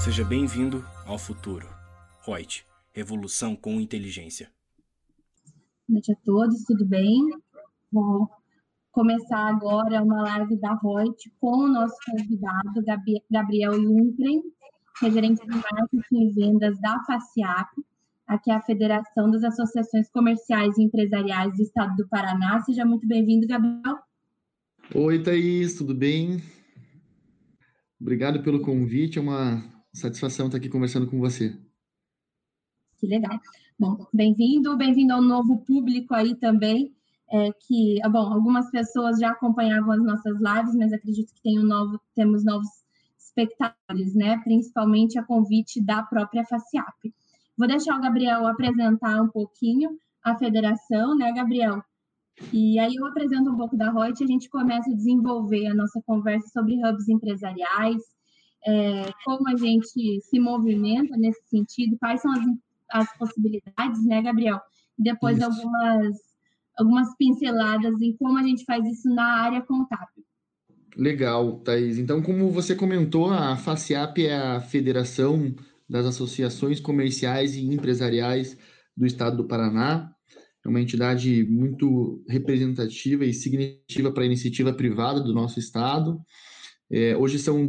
Seja bem-vindo ao futuro. Reut, revolução com inteligência. Boa noite a todos, tudo bem? Vou começar agora uma live da Reut com o nosso convidado, Gabriel Lundgren, que é gerente de marketing e vendas da FACIAP, aqui é a Federação das Associações Comerciais e Empresariais do Estado do Paraná. Seja muito bem-vindo, Gabriel. Oi, Thaís, tudo bem? Obrigado pelo convite, é uma satisfação estar aqui conversando com você. Que legal. Bom, bem-vindo ao novo público aí também, algumas pessoas já acompanhavam as nossas lives, mas acredito que temos novos espectadores, né? Principalmente a convite da própria FACIAP. Vou deixar o Gabriel apresentar um pouquinho a federação, né, Gabriel? E aí eu apresento um pouco da Reut e a gente começa a desenvolver a nossa conversa sobre hubs empresariais, como a gente se movimenta nesse sentido, quais são as possibilidades, né, Gabriel? E depois algumas pinceladas em como a gente faz isso na área contábil. Legal, Thaís. Então, como você comentou, a FACIAP é a Federação das Associações Comerciais e Empresariais do Estado do Paraná. É uma entidade muito representativa e significativa para a iniciativa privada do nosso estado. Hoje são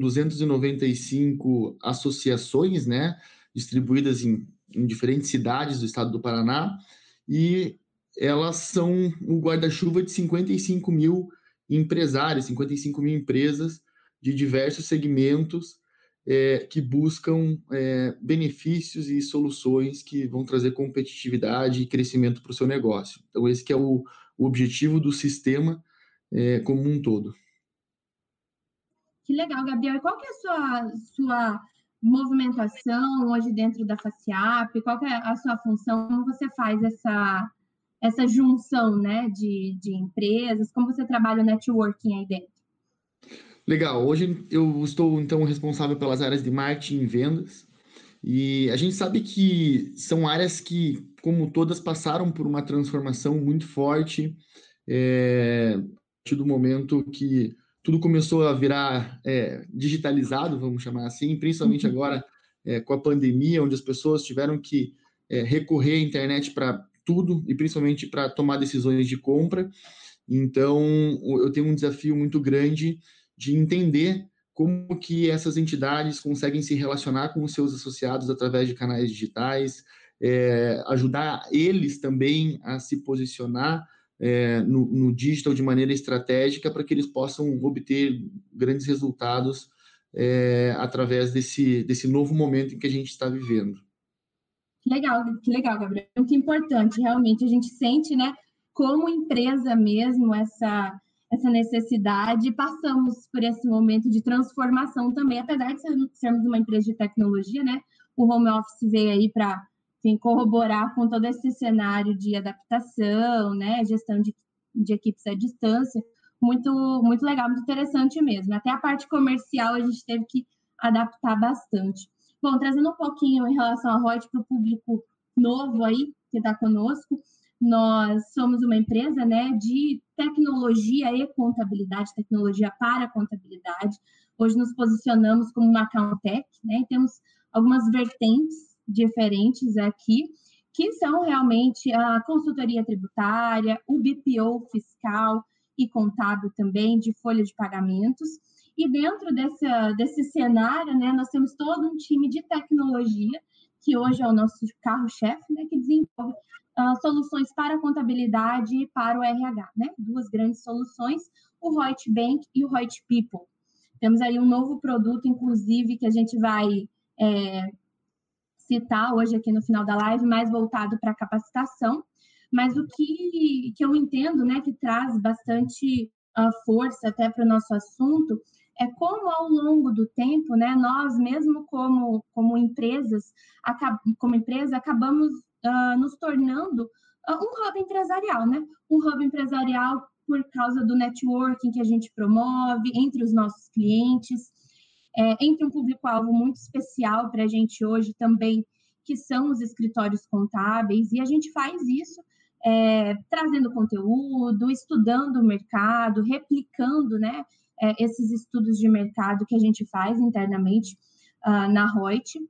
295 associações, né, distribuídas em diferentes cidades do estado do Paraná, e elas são o guarda-chuva de 55 mil empresários, 55 mil empresas de diversos segmentos que buscam benefícios e soluções que vão trazer competitividade e crescimento para o seu negócio. Então, esse que é o objetivo do sistema como um todo. Que legal, Gabriel. E qual que é a sua movimentação hoje dentro da FACIAP? Qual que é a sua função? Como você faz essa junção, né, de empresas? Como você trabalha o networking aí dentro? Legal. Hoje eu estou, então, responsável pelas áreas de marketing e vendas. E a gente sabe que são áreas que, como todas, passaram por uma transformação muito forte a partir do momento que tudo começou a virar digitalizado, vamos chamar assim, principalmente agora com a pandemia, onde as pessoas tiveram que recorrer à internet para tudo e principalmente para tomar decisões de compra. Então, eu tenho um desafio muito grande de entender como que essas entidades conseguem se relacionar com os seus associados através de canais digitais, ajudar eles também a se posicionar no digital de maneira estratégica para que eles possam obter grandes resultados através desse novo momento em que a gente está vivendo. Que legal, Gabriel. Muito importante, realmente. A gente sente, né, como empresa mesmo, essa necessidade. Passamos por esse momento de transformação também, apesar de sermos uma empresa de tecnologia, né? O home office veio aí para corroborar com todo esse cenário de adaptação, né? Gestão de equipes à distância. Muito, muito legal, muito interessante mesmo. Até a parte comercial a gente teve que adaptar bastante. Bom, trazendo um pouquinho em relação à Reut para o público novo aí que está conosco, nós somos uma empresa, né, de tecnologia e contabilidade, tecnologia para contabilidade. Hoje nos posicionamos como uma Accounttech, né, e temos algumas vertentes diferentes aqui, que são realmente a consultoria tributária, o BPO fiscal e contábil também, de folha de pagamentos. E dentro desse cenário, né, nós temos todo um time de tecnologia, que hoje é o nosso carro-chefe, né, que desenvolve soluções para a contabilidade e para o RH, né? Duas grandes soluções, o Reut Bank e o Reut People. Temos aí um novo produto, inclusive, que a gente vai citar hoje aqui no final da live, mais voltado para a capacitação. Mas o que eu entendo, né, que traz bastante força até para o nosso assunto, é como ao longo do tempo, né, nós mesmo como empresa, acabamos nos tornando um hub empresarial, né? Um hub empresarial por causa do networking que a gente promove entre os nossos clientes, entre um público-alvo muito especial para a gente hoje também, que são os escritórios contábeis, e a gente faz isso trazendo conteúdo, estudando o mercado, replicando, né, esses estudos de mercado que a gente faz internamente na Reut.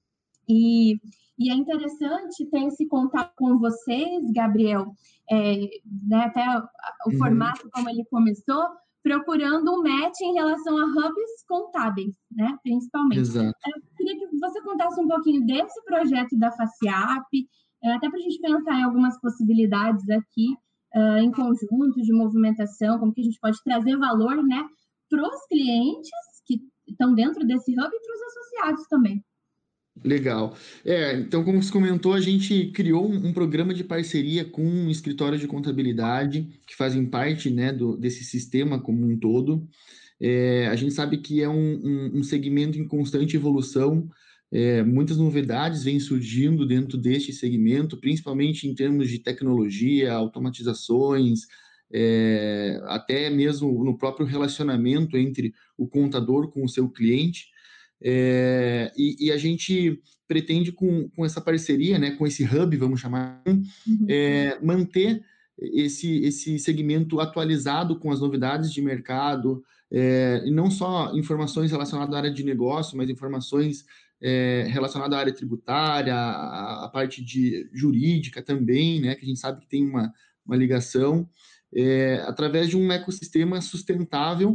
E é interessante ter esse contato com vocês, Gabriel, né, até o formato como ele começou, procurando um match em relação a hubs contábeis, né, principalmente. Exato. Eu queria que você contasse um pouquinho desse projeto da FACIAP, até para a gente pensar em algumas possibilidades aqui, em conjunto de movimentação, como que a gente pode trazer valor, né, para os clientes que estão dentro desse hub e para os associados também. Legal. Então, como você comentou, a gente criou um programa de parceria com um escritório de contabilidade que fazem parte, né, desse sistema como um todo. A gente sabe que é um segmento em constante evolução. Muitas novidades vêm surgindo dentro deste segmento, principalmente em termos de tecnologia, automatizações, até mesmo no próprio relacionamento entre o contador com o seu cliente. E a gente pretende, com essa parceria, né, com esse hub, vamos chamar, manter esse segmento atualizado com as novidades de mercado, e não só informações relacionadas à área de negócio, mas informações relacionadas à área tributária, à parte jurídica também, né, que a gente sabe que tem uma ligação, através de um ecossistema sustentável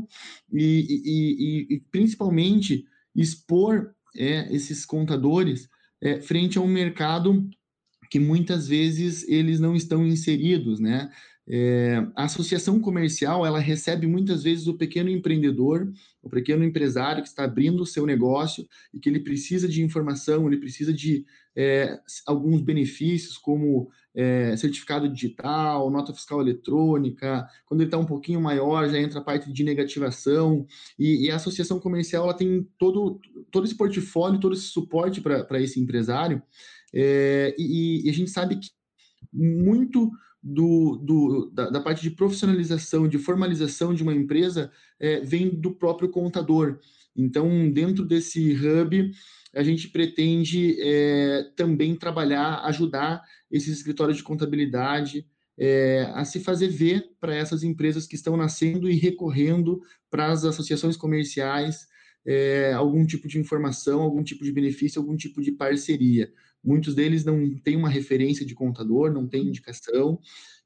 e principalmente expor esses contadores frente a um mercado que muitas vezes eles não estão inseridos, né? A associação comercial, ela recebe muitas vezes o pequeno empreendedor, o pequeno empresário que está abrindo o seu negócio e que ele precisa de informação, ele precisa de alguns benefícios, como certificado digital, nota fiscal eletrônica. Quando ele está um pouquinho maior, já entra a parte de negativação, e a associação comercial ela tem todo esse portfólio, todo esse suporte para esse empresário, e a gente sabe que muito da parte de profissionalização, de formalização de uma empresa, vem do próprio contador. Então, dentro desse hub, a gente pretende também trabalhar, ajudar esses escritórios de contabilidade a se fazer ver para essas empresas que estão nascendo e recorrendo para as associações comerciais algum tipo de informação, algum tipo de benefício, algum tipo de parceria. Muitos deles não têm uma referência de contador, não têm indicação.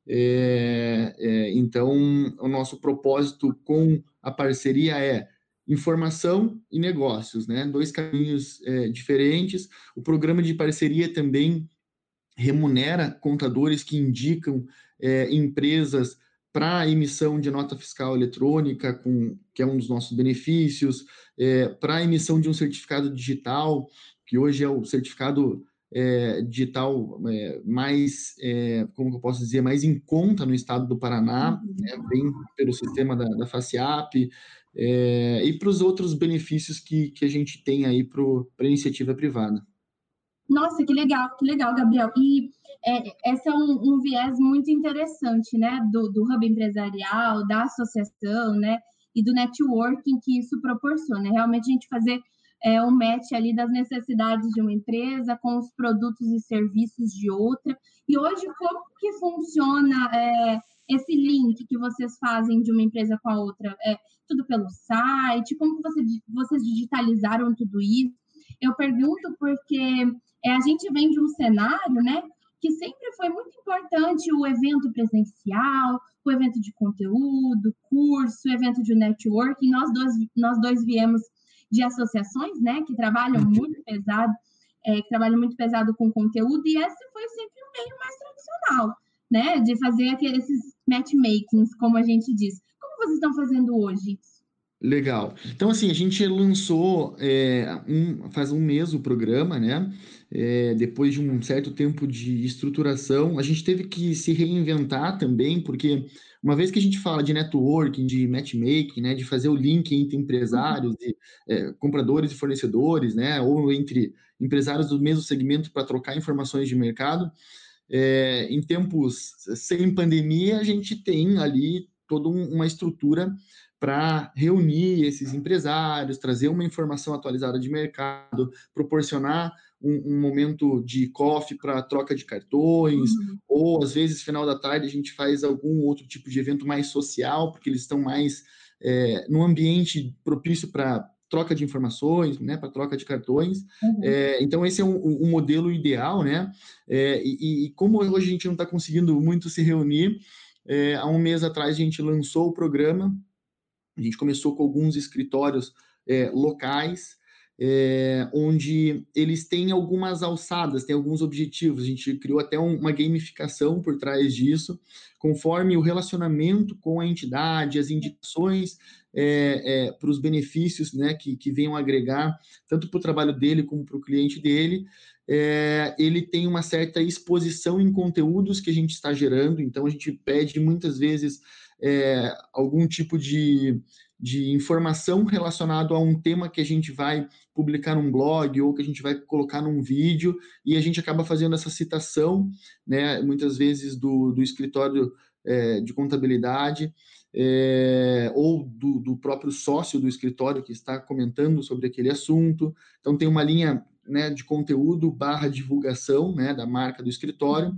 Então, o nosso propósito com a parceria é informação e negócios, né? Dois caminhos diferentes. O programa de parceria também remunera contadores que indicam empresas para a emissão de nota fiscal eletrônica, que é um dos nossos benefícios, para a emissão de um certificado digital, que hoje é o certificado digital mais, como eu posso dizer, mais em conta no estado do Paraná, né, vem pelo sistema da FACIAP, e para os outros benefícios que a gente tem aí para a iniciativa privada. Nossa, que legal, Gabriel. E esse é um viés muito interessante, né, do hub empresarial, da associação, né, e do networking que isso proporciona. Realmente a gente fazer um match ali das necessidades de uma empresa com os produtos e serviços de outra. E hoje, como que funciona esse link que vocês fazem de uma empresa com a outra? Tudo pelo site? Como que vocês digitalizaram tudo isso? Eu pergunto porque a gente vem de um cenário, né, que sempre foi muito importante o evento presencial, o evento de conteúdo, curso, o evento de networking. Nós dois viemos de associações, né, que trabalham muito pesado com conteúdo, e esse foi sempre um meio mais tradicional, né, de fazer esses matchmakings, como a gente diz. Como vocês estão fazendo hoje? Legal. Então, assim, a gente lançou faz um mês o programa, né? Depois de um certo tempo de estruturação, a gente teve que se reinventar também, porque uma vez que a gente fala de networking, de matchmaking, né, de fazer o link entre empresários, compradores e fornecedores, né, ou entre empresários do mesmo segmento para trocar informações de mercado, em tempos sem pandemia, a gente tem ali toda uma estrutura para reunir esses empresários, trazer uma informação atualizada de mercado, proporcionar um momento de coffee para troca de cartões, ou às vezes, final da tarde, a gente faz algum outro tipo de evento mais social, porque eles estão mais num ambiente propício para troca de informações, né, para troca de cartões. Uhum. Então, esse é um modelo ideal, né? E como hoje a gente não está conseguindo muito se reunir, há um mês atrás a gente lançou o programa. A gente começou com alguns escritórios locais, onde eles têm algumas alçadas, têm alguns objetivos. A gente criou até uma gamificação por trás disso, conforme o relacionamento com a entidade, as indicações para os benefícios, né, que venham agregar, tanto para o trabalho dele como para o cliente dele. Ele tem uma certa exposição em conteúdos que a gente está gerando, então a gente pede muitas vezes algum tipo de informação relacionado a um tema que a gente vai publicar num blog ou que a gente vai colocar num vídeo, e a gente acaba fazendo essa citação, né, muitas vezes do escritório de contabilidade, ou do próprio sócio do escritório que está comentando sobre aquele assunto. Então tem uma linha, né, de conteúdo / divulgação, né, da marca do escritório.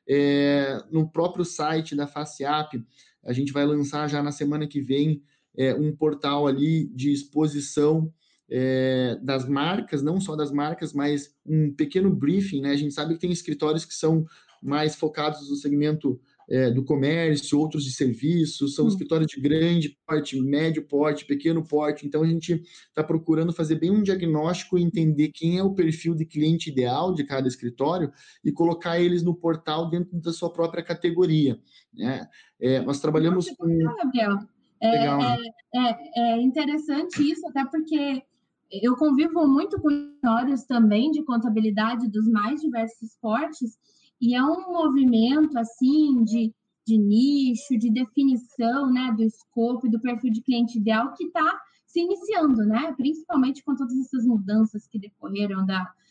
No próprio site da FaceApp, a gente vai lançar já na semana que vem um portal ali de exposição das marcas, não só das marcas, mas um pequeno briefing, né? A gente sabe que tem escritórios que são mais focados no segmento do comércio, outros de serviços, são escritórios de grande porte, médio porte, pequeno porte. Então, a gente está procurando fazer bem um diagnóstico e entender quem é o perfil de cliente ideal de cada escritório e colocar eles no portal dentro da sua própria categoria, né? Nós trabalhamos com... Gabriel, Legal, né? é interessante isso, até porque eu convivo muito com escritórios também de contabilidade dos mais diversos portes, e é um movimento, assim, de nicho, de definição, né, do escopo e do perfil de cliente ideal que está se iniciando, né, principalmente com todas essas mudanças que decorreram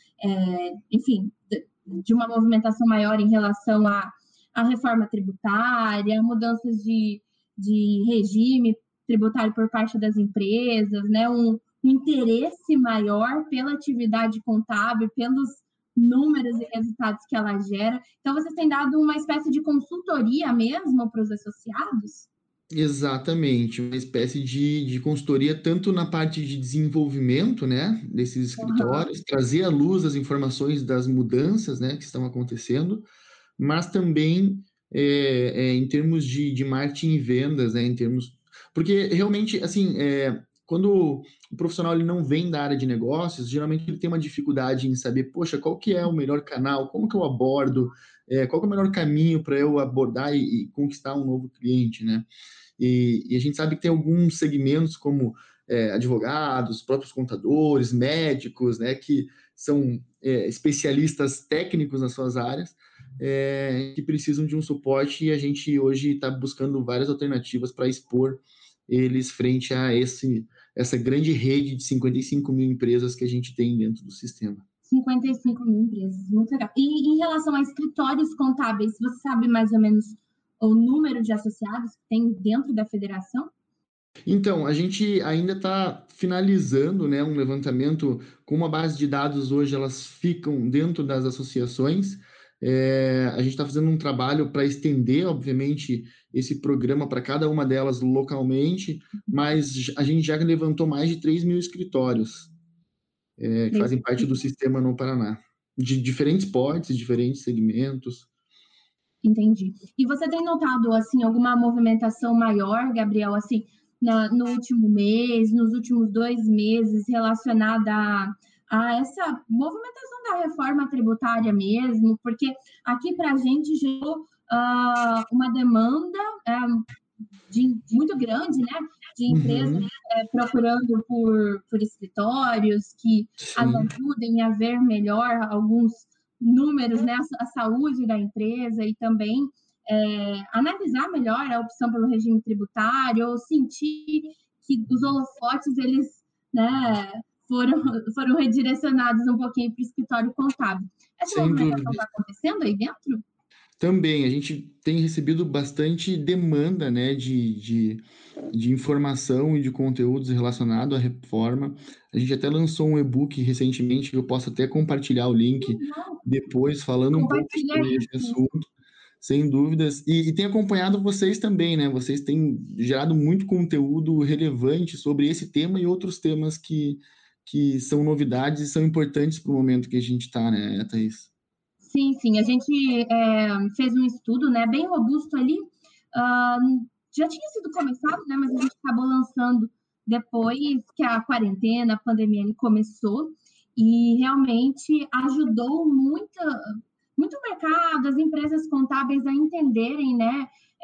enfim, de uma movimentação maior em relação à reforma tributária, mudanças de regime tributário por parte das empresas, né, um interesse maior pela atividade contábil, pelos números e resultados que ela gera. Então, vocês têm dado uma espécie de consultoria mesmo para os associados? Exatamente, uma espécie de consultoria tanto na parte de desenvolvimento, né, desses escritórios, trazer à luz as informações das mudanças, né, que estão acontecendo, mas também em termos de marketing e vendas, né, porque realmente, assim, quando o profissional ele não vem da área de negócios, geralmente ele tem uma dificuldade em saber, poxa, qual que é o melhor canal, como que eu abordo, qual que é o melhor caminho para eu abordar e conquistar um novo cliente, né? E a gente sabe que tem alguns segmentos como advogados, próprios contadores, médicos, né, que são especialistas técnicos nas suas áreas, que precisam de um suporte, e a gente hoje está buscando várias alternativas para expor eles frente a essa grande rede de 55 mil empresas que a gente tem dentro do sistema. 55 mil empresas, muito legal. E em relação a escritórios contábeis, você sabe mais ou menos o número de associados que tem dentro da federação? Então, a gente ainda está finalizando, né, um levantamento com uma base de dados. Hoje elas ficam dentro das associações. A gente está fazendo um trabalho para estender, obviamente, esse programa para cada uma delas localmente, mas a gente já levantou mais de 3 mil escritórios que fazem parte do sistema no Paraná, de diferentes portes, diferentes segmentos. Entendi. E você tem notado, assim, alguma movimentação maior, Gabriel, assim, no último mês, nos últimos 2 meses, relacionada a essa movimentação da reforma tributária mesmo? Porque aqui para a gente gerou uma demanda muito grande, né, de empresas procurando por escritórios que as ajudem a ver melhor alguns números, né, a saúde da empresa, e também analisar melhor a opção pelo regime tributário, ou sentir que os holofotes, eles, né, foram redirecionados um pouquinho para o escritório contábil. Essa movimentação está acontecendo aí dentro? Também, a gente tem recebido bastante demanda, né, de informação e de conteúdos relacionados à reforma. A gente até lançou um e-book recentemente, que eu posso até compartilhar o link depois, falando um pouco sobre esse assunto. Sem dúvidas. E tem acompanhado vocês também, né? Vocês têm gerado muito conteúdo relevante sobre esse tema e outros temas que são novidades e são importantes para o momento que a gente está, né, Thaís? Sim, sim. A gente fez um estudo, né, bem robusto ali. Já tinha sido começado, né, mas a gente acabou lançando depois que a quarentena, a pandemia começou, e realmente ajudou muito o mercado, as empresas contábeis a entenderem, né,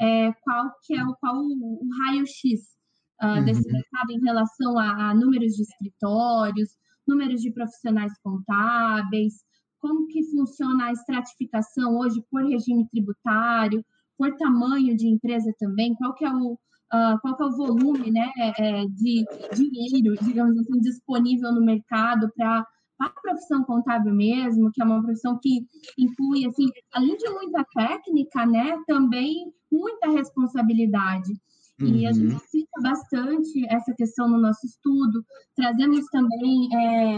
qual o raio-x desse mercado em relação a números de escritórios, números de profissionais contábeis, como que funciona a estratificação hoje por regime tributário, por tamanho de empresa também, qual que é o volume, né, de dinheiro, digamos assim, disponível no mercado para a profissão contábil mesmo, que é uma profissão que inclui, assim, além de muita técnica, né, também muita responsabilidade. E a gente cita bastante essa questão no nosso estudo, trazemos também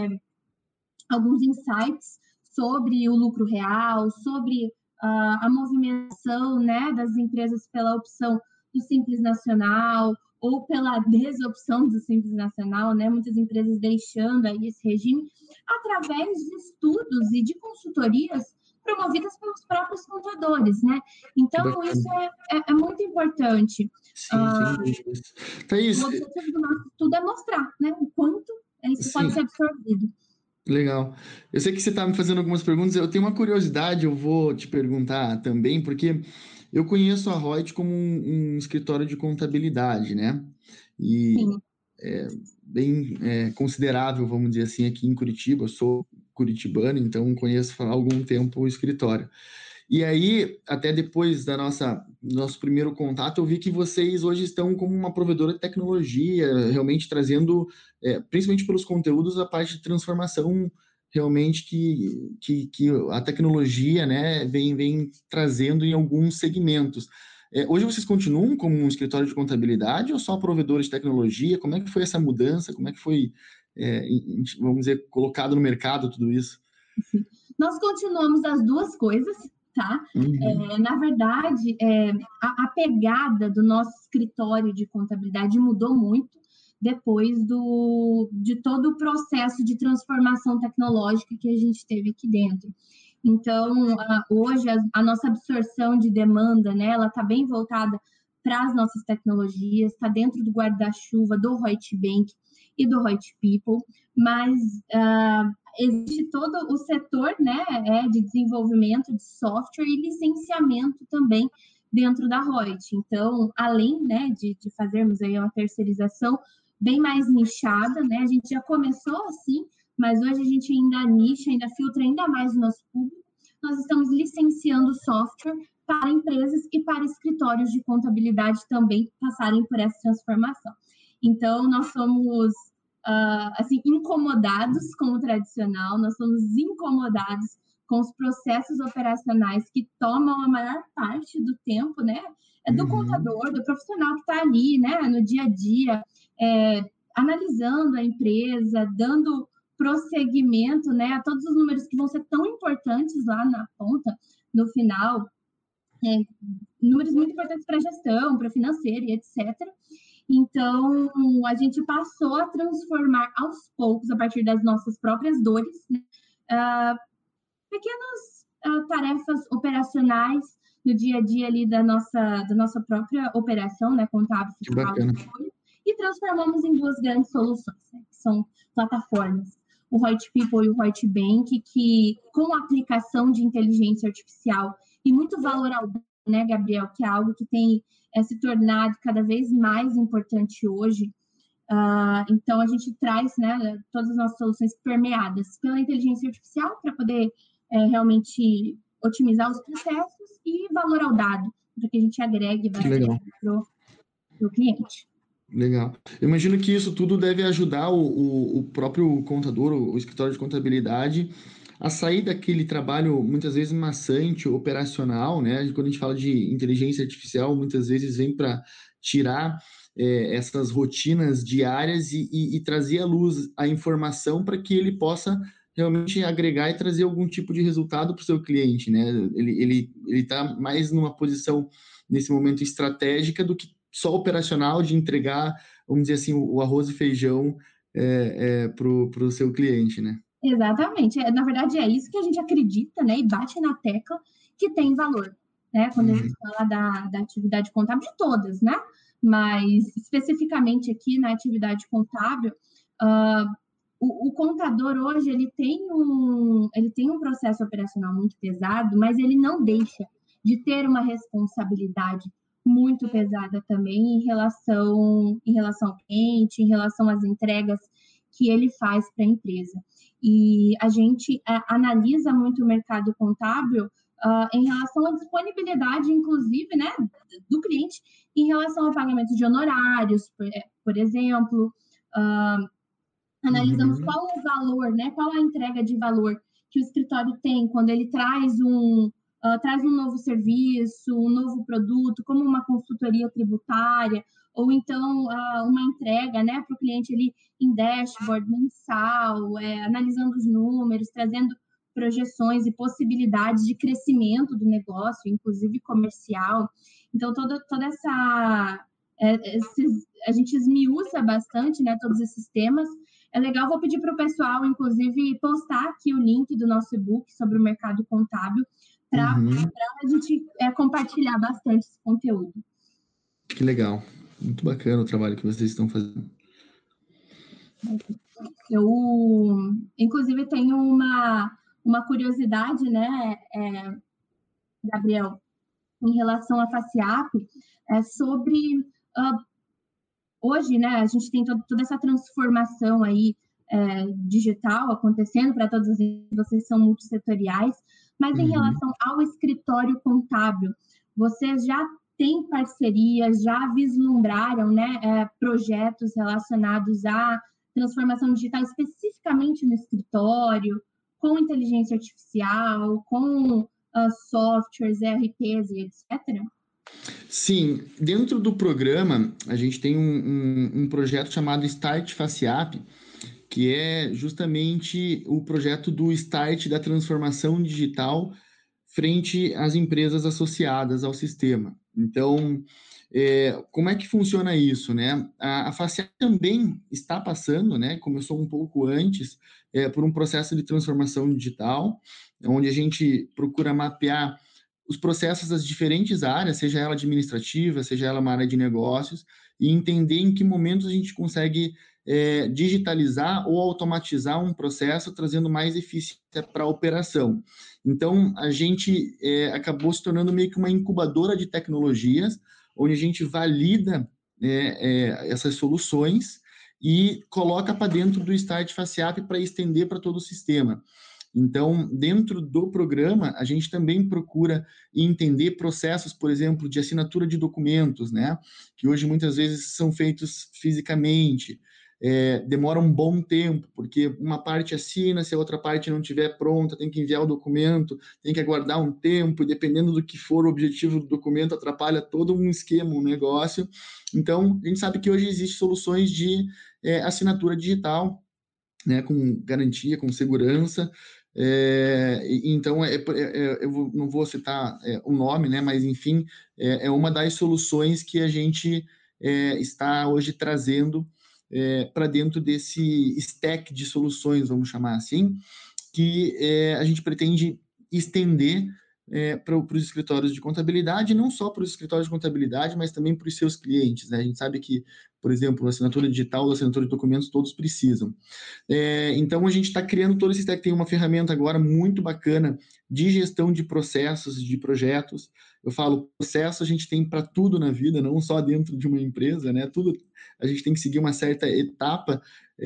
alguns insights sobre o lucro real, sobre a movimentação, né, das empresas pela opção do Simples Nacional ou pela desopção do Simples Nacional, né, muitas empresas deixando aí esse regime, através de estudos e de consultorias promovidas pelos próprios contadores, né? Então, isso é muito importante. Sim, sem dúvidas. Thaís, o objetivo do nosso estudo é mostrar, né, o quanto isso pode ser absorvido. Legal. Eu sei que você está me fazendo algumas perguntas, eu tenho uma curiosidade, eu vou te perguntar também, porque eu conheço a Reut como um escritório de contabilidade, né? E Sim. é bem considerável, vamos dizer assim, aqui em Curitiba. Eu sou curitibano, então conheço há algum tempo o escritório. E aí, até depois do nosso primeiro contato, eu vi que vocês hoje estão como uma provedora de tecnologia, realmente trazendo, principalmente pelos conteúdos, a parte de transformação realmente que a tecnologia, né, vem trazendo em alguns segmentos. Hoje vocês continuam como um escritório de contabilidade ou só provedores de tecnologia? Como é que foi essa mudança? Como é que foi, vamos dizer, colocado no mercado tudo isso? Sim. Nós continuamos as duas coisas, tá? Na verdade, a pegada do nosso escritório de contabilidade mudou muito depois de todo o processo de transformação tecnológica que a gente teve aqui dentro. Então, hoje, a nossa absorção de demanda, né, ela está bem voltada para as nossas tecnologias, está dentro do guarda-chuva do Reut Bank e do Reut People, mas existe todo o setor, né, de desenvolvimento de software e licenciamento também dentro da Reut. Então, além, né, de fazermos aí uma terceirização bem mais nichada, né, a gente já começou assim, mas hoje a gente ainda nicha, ainda filtra ainda mais o nosso público. Nós estamos licenciando software para empresas e para escritórios de contabilidade também passarem por essa transformação. Então, nós somos assim, incomodados com o tradicional, nós somos incomodados com os processos operacionais que tomam a maior parte do tempo, né? Do contador, do profissional que está ali, né, no dia a dia, analisando a empresa, dando prosseguimento, né, a todos os números que vão ser tão importantes lá na ponta, no final, números muito importantes para a gestão, para a financeira e etc. Então, a gente passou a transformar aos poucos, a partir das nossas próprias dores, né, pequenas tarefas operacionais no dia a dia ali da nossa própria operação, né, contábil, fiscal, e transformamos em duas grandes soluções, né, que são plataformas. O Reut People e o Reut Bank, que com a aplicação de inteligência artificial e muito valor ao dado, né, Gabriel, que é algo que tem se tornado cada vez mais importante hoje. Então, a gente traz, né, todas as nossas soluções permeadas pela inteligência artificial para poder realmente otimizar os processos e valor ao dado, para que a gente agregue bastante para o cliente. Legal. Eu imagino que isso tudo deve ajudar o próprio contador, o escritório de contabilidade, a sair daquele trabalho muitas vezes maçante, operacional, né? Quando a gente fala de inteligência artificial, muitas vezes vem para tirar essas rotinas diárias e trazer à luz a informação para que ele possa realmente agregar e trazer algum tipo de resultado para o seu cliente, né? Ele está mais numa posição, nesse momento, estratégica do que só operacional de entregar, vamos dizer assim, o arroz e feijão para o seu cliente, né? Exatamente. Na verdade, é isso que a gente acredita, né? E bate na tecla que tem valor, né? Quando a gente fala da atividade contábil, de todas, né? Mas especificamente aqui na atividade contábil, o contador hoje ele tem um processo operacional muito pesado, mas ele não deixa de ter uma responsabilidade muito pesada também em relação ao cliente, em relação às entregas que ele faz para a empresa. E a gente analisa muito o mercado contábil em relação à disponibilidade, inclusive, né, do cliente, em relação ao pagamento de honorários, por exemplo. Analisamos qual o valor, né, qual a entrega de valor que o escritório tem quando ele traz um novo serviço, um novo produto, como uma consultoria tributária, ou então uma entrega, né, para o cliente ali em dashboard mensal, analisando os números, trazendo projeções e possibilidades de crescimento do negócio, inclusive comercial. Então, toda essa... a gente esmiuça bastante, né, todos esses temas. É legal, vou pedir para o pessoal, inclusive, postar aqui o link do nosso e-book sobre o mercado contábil, para a gente compartilhar bastante esse conteúdo. Que legal. Muito bacana o trabalho que vocês estão fazendo. Eu, inclusive, tenho uma curiosidade, né, Gabriel, em relação à FACIAP, sobre... hoje, né, a gente tem toda essa transformação aí digital acontecendo para todos os... Vocês são multissetoriais, mas em relação ao escritório contábil, vocês já têm parcerias, já vislumbraram, né, projetos relacionados à transformação digital, especificamente no escritório, com inteligência artificial, com softwares, ERPs e etc.? Sim, dentro do programa, a gente tem um projeto chamado Start FACIAP, que é justamente o projeto do Start da transformação digital frente às empresas associadas ao sistema. Então, como é que funciona isso, né? A FACIAP também está passando, né? Começou um pouco antes, por um processo de transformação digital, onde a gente procura mapear os processos das diferentes áreas, seja ela administrativa, seja ela uma área de negócios, e entender em que momentos a gente consegue digitalizar ou automatizar um processo, trazendo mais eficiência para a operação. Então, a gente acabou se tornando meio que uma incubadora de tecnologias, onde a gente valida essas soluções e coloca para dentro do Start FACIAP para estender para todo o sistema. Então, dentro do programa, a gente também procura entender processos, por exemplo, de assinatura de documentos, né? Que hoje muitas vezes são feitos fisicamente, demora um bom tempo, porque uma parte assina, se a outra parte não estiver pronta, tem que enviar o documento, tem que aguardar um tempo, e dependendo do que for o objetivo do documento, atrapalha todo um esquema, um negócio. Então, a gente sabe que hoje existem soluções de assinatura digital, né, com garantia, com segurança. Então, eu não vou citar o nome, né, mas, enfim, é uma das soluções que a gente está hoje trazendo para dentro desse stack de soluções, vamos chamar assim, que a gente pretende estender para os escritórios de contabilidade, não só para os escritórios de contabilidade, mas também para os seus clientes, né? A gente sabe que, por exemplo, a assinatura digital, a assinatura de documentos, todos precisam. Então, a gente está criando todo esse stack. Tem uma ferramenta agora muito bacana de gestão de processos, de projetos. Eu falo, processo a gente tem para tudo na vida, não só dentro de uma empresa, né? Tudo, a gente tem que seguir uma certa etapa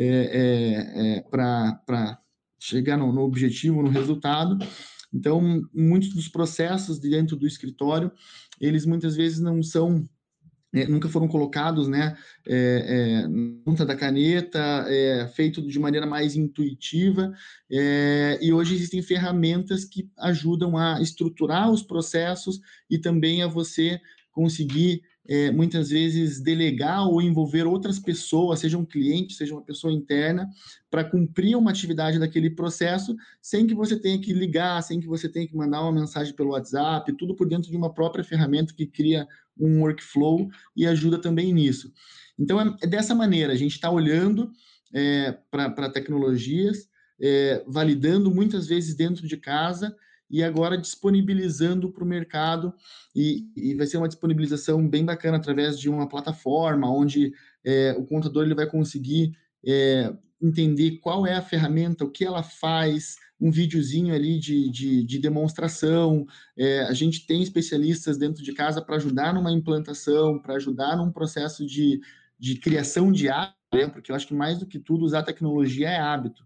para chegar no objetivo, no resultado. Então, muitos dos processos dentro do escritório, eles muitas vezes não são, nunca foram colocados, né, na ponta da caneta, feito de maneira mais intuitiva, e hoje existem ferramentas que ajudam a estruturar os processos e também a você conseguir muitas vezes, delegar ou envolver outras pessoas, seja um cliente, seja uma pessoa interna, para cumprir uma atividade daquele processo, sem que você tenha que ligar, sem que você tenha que mandar uma mensagem pelo WhatsApp, tudo por dentro de uma própria ferramenta que cria um workflow e ajuda também nisso. Então, é dessa maneira, a gente está olhando para tecnologias, validando muitas vezes dentro de casa, e agora disponibilizando para o mercado, e vai ser uma disponibilização bem bacana através de uma plataforma, onde o contador ele vai conseguir entender qual é a ferramenta, o que ela faz, um videozinho ali de demonstração. A gente tem especialistas dentro de casa para ajudar numa implantação, para ajudar num processo de criação de hábito, né? Porque eu acho que mais do que tudo usar tecnologia é hábito.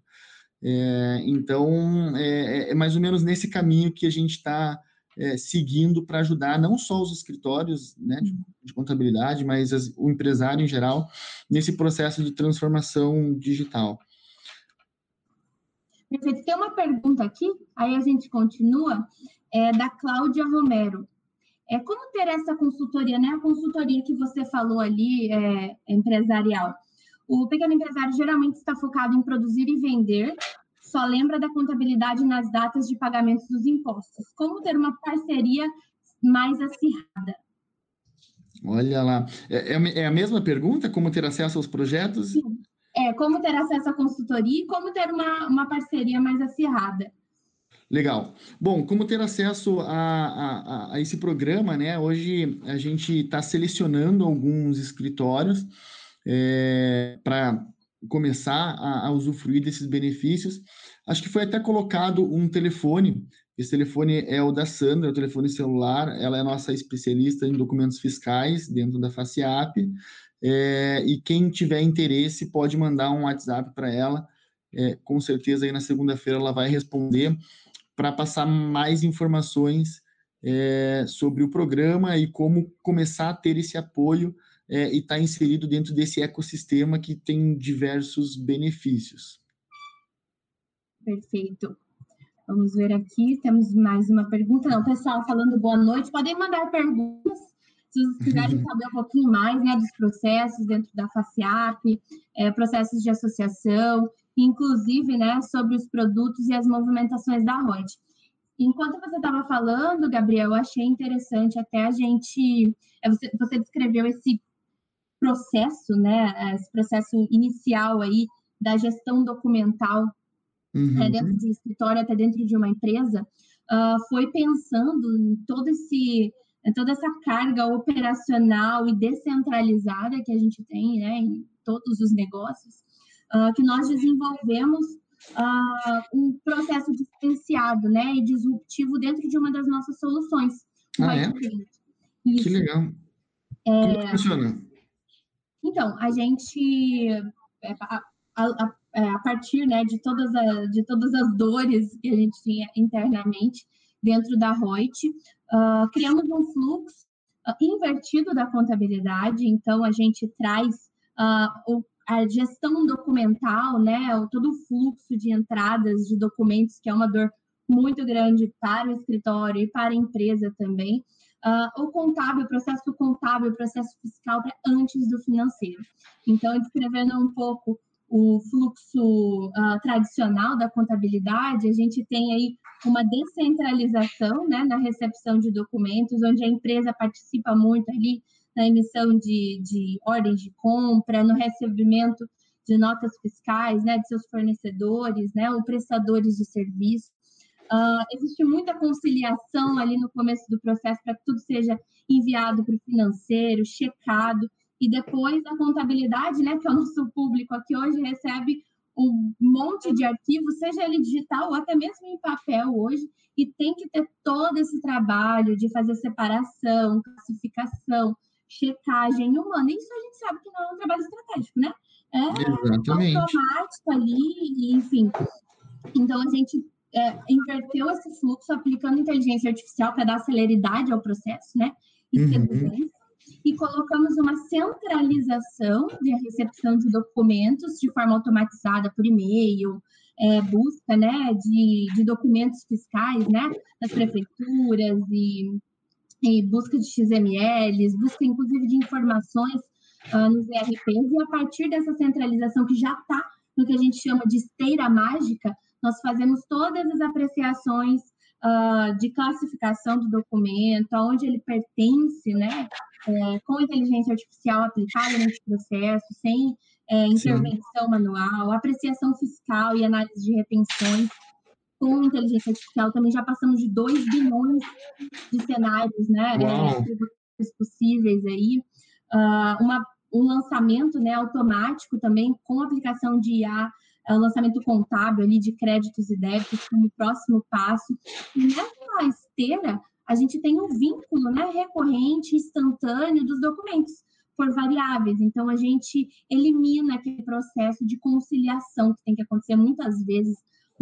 Então, é mais ou menos nesse caminho que a gente está seguindo para ajudar não só os escritórios, né, de contabilidade, mas o empresário em geral, nesse processo de transformação digital. Perfeito. Tem uma pergunta aqui, aí a gente continua, da Cláudia Romero. Como ter essa consultoria, né? A consultoria que você falou ali, empresarial. O pequeno empresário geralmente está focado em produzir e vender, só lembra da contabilidade nas datas de pagamento dos impostos. Como ter uma parceria mais acirrada? Olha lá. É a mesma pergunta? Como ter acesso aos projetos? Sim. Como ter acesso à consultoria e como ter uma parceria mais acirrada. Legal. Bom, como ter acesso a esse programa, né? Hoje a gente está selecionando alguns escritórios para começar a usufruir desses benefícios. Acho que foi até colocado um telefone. Esse telefone é o da Sandra, é o telefone celular. Ela é nossa especialista em documentos fiscais dentro da FACIAP. E quem tiver interesse pode mandar um WhatsApp para ela. Com certeza aí na segunda-feira ela vai responder para passar mais informações sobre o programa e como começar a ter esse apoio e estar inserido dentro desse ecossistema que tem diversos benefícios. Perfeito. Vamos ver aqui, temos mais uma pergunta. Não, pessoal falando boa noite, podem mandar perguntas, se vocês quiserem saber um pouquinho mais, né, dos processos dentro da FACIAP, processos de associação, inclusive, né, sobre os produtos e as movimentações da Reut. Enquanto você estava falando, Gabriel, eu achei interessante até a gente... Você descreveu esse processo, né, esse processo inicial aí da gestão documental dentro de um escritório, até dentro de uma empresa, foi pensando em toda essa carga operacional e descentralizada que a gente tem, né, em todos os negócios, que nós desenvolvemos um processo diferenciado, né, e disruptivo dentro de uma das nossas soluções. Que legal. Como funciona? Então, a gente, a partir, né, de todas as dores que a gente tinha internamente dentro da Reut, criamos um fluxo invertido da contabilidade. Então, a gente traz a gestão documental, né, todo o fluxo de entradas de documentos, que é uma dor muito grande para o escritório e para a empresa também. O contábil, o processo contábil, o processo fiscal antes do financeiro. Então, descrevendo um pouco o fluxo tradicional da contabilidade, a gente tem aí uma descentralização, né, na recepção de documentos, onde a empresa participa muito ali na emissão de ordens de compra, no recebimento de notas fiscais, né, de seus fornecedores, né, ou prestadores de serviço. Existe muita conciliação ali no começo do processo para que tudo seja enviado para o financeiro, checado, e depois a contabilidade, né, que é o nosso público aqui hoje, recebe um monte de arquivos, seja ele digital ou até mesmo em papel hoje, e tem que ter todo esse trabalho de fazer separação, classificação, checagem humana. Isso a gente sabe que não é um trabalho estratégico, né? Exatamente. Automático ali, enfim. Então, a gente inverteu esse fluxo aplicando inteligência artificial para dar celeridade ao processo, né? E segurança. E colocamos uma centralização de recepção de documentos de forma automatizada por e-mail, busca, né, de documentos fiscais, né, das prefeituras e e busca de XMLs, busca inclusive de informações nos ERPs, e a partir dessa centralização que já está no que a gente chama de esteira mágica, nós fazemos todas as apreciações de classificação do documento, aonde ele pertence, né, com inteligência artificial aplicada nesse processo, sem intervenção manual, apreciação fiscal e análise de retenções com inteligência artificial. Também já passamos de 2 bilhões de cenários, né, possíveis aí. Um lançamento, né, automático também com aplicação de IA, lançamento contábil ali de créditos e débitos como próximo passo. E nessa esteira, a gente tem um vínculo, né, recorrente, instantâneo dos documentos por variáveis. Então, a gente elimina aquele processo de conciliação que tem que acontecer muitas vezes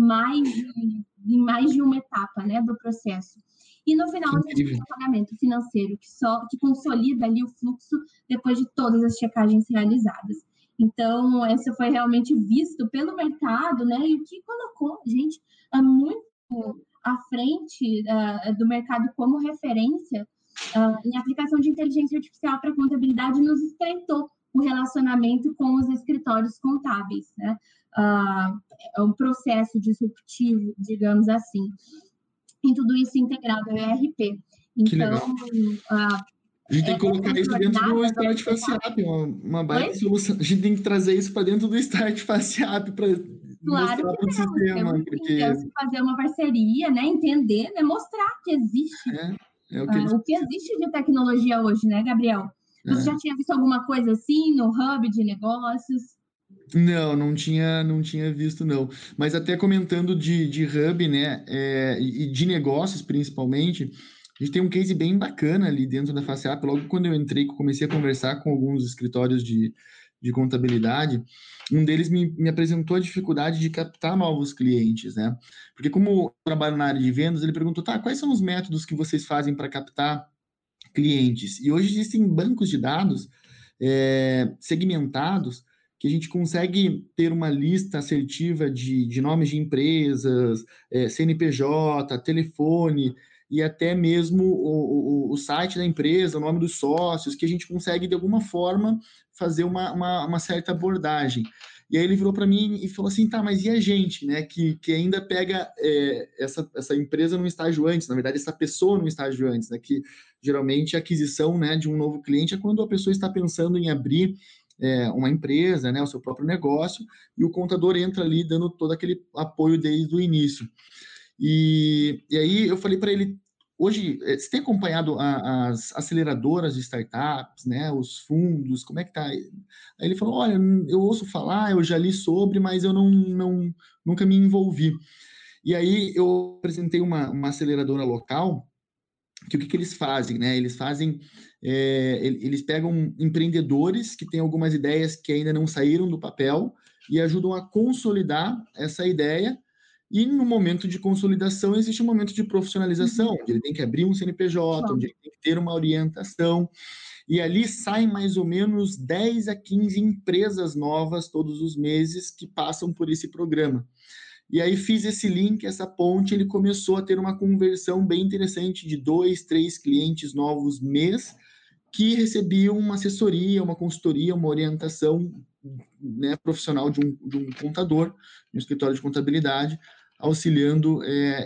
em mais de uma etapa, né, do processo. E no final, a gente tem um pagamento financeiro que consolida ali o fluxo depois de todas as checagens realizadas. Então, esse foi realmente visto pelo mercado, né, e o que colocou a gente muito à frente do mercado como referência em aplicação de inteligência artificial para contabilidade, nos estreitou o relacionamento com os escritórios contábeis, né? É um processo disruptivo, digamos assim. E tudo isso integrado ao ERP. Então, a gente tem que colocar isso dentro do Start FaceApp, uma baita solução. A gente tem que trazer isso para dentro do Start FaceApp para mostrar para o sistema. Temos que fazer uma parceria, né? Entender, né? Mostrar que existe o que existe de tecnologia hoje, né, Gabriel? Você já tinha visto alguma coisa assim no hub de negócios? Não tinha visto, não. Mas até comentando de hub, né, e de negócios principalmente, a gente tem um case bem bacana ali dentro da FaceApp. Logo quando eu entrei, comecei a conversar com alguns escritórios de contabilidade, um deles me apresentou a dificuldade de captar novos clientes, né? Porque como eu trabalho na área de vendas, ele perguntou, quais são os métodos que vocês fazem para captar clientes? E hoje existem bancos de dados segmentados que a gente consegue ter uma lista assertiva de nomes de empresas, CNPJ, telefone, e até mesmo o site da empresa, o nome dos sócios, que a gente consegue, de alguma forma, fazer uma certa abordagem. E aí ele virou para mim e falou assim, mas e a gente, né, que ainda pega essa empresa num estágio antes, na verdade, essa pessoa num estágio antes, né, que geralmente a aquisição, né, de um novo cliente é quando a pessoa está pensando em abrir uma empresa, né, o seu próprio negócio, e o contador entra ali dando todo aquele apoio desde o início. E aí eu falei para ele, hoje, você tem acompanhado as aceleradoras de startups, né, os fundos, como é que tá? Aí ele falou, olha, eu ouço falar, eu já li sobre, mas eu nunca me envolvi. E aí eu apresentei uma aceleradora local, que o que eles fazem, né? Eles pegam empreendedores que têm algumas ideias que ainda não saíram do papel e ajudam a consolidar essa ideia. E no momento de consolidação existe um momento de profissionalização, onde ele tem que abrir um CNPJ, onde ele tem que ter uma orientação. E ali saem mais ou menos 10 a 15 empresas novas todos os meses que passam por esse programa. E aí fiz esse link, essa ponte, ele começou a ter uma conversão bem interessante de 2, 3 clientes novos mês, que recebiam uma assessoria, uma consultoria, uma orientação, né, profissional de um contador, um escritório de contabilidade, auxiliando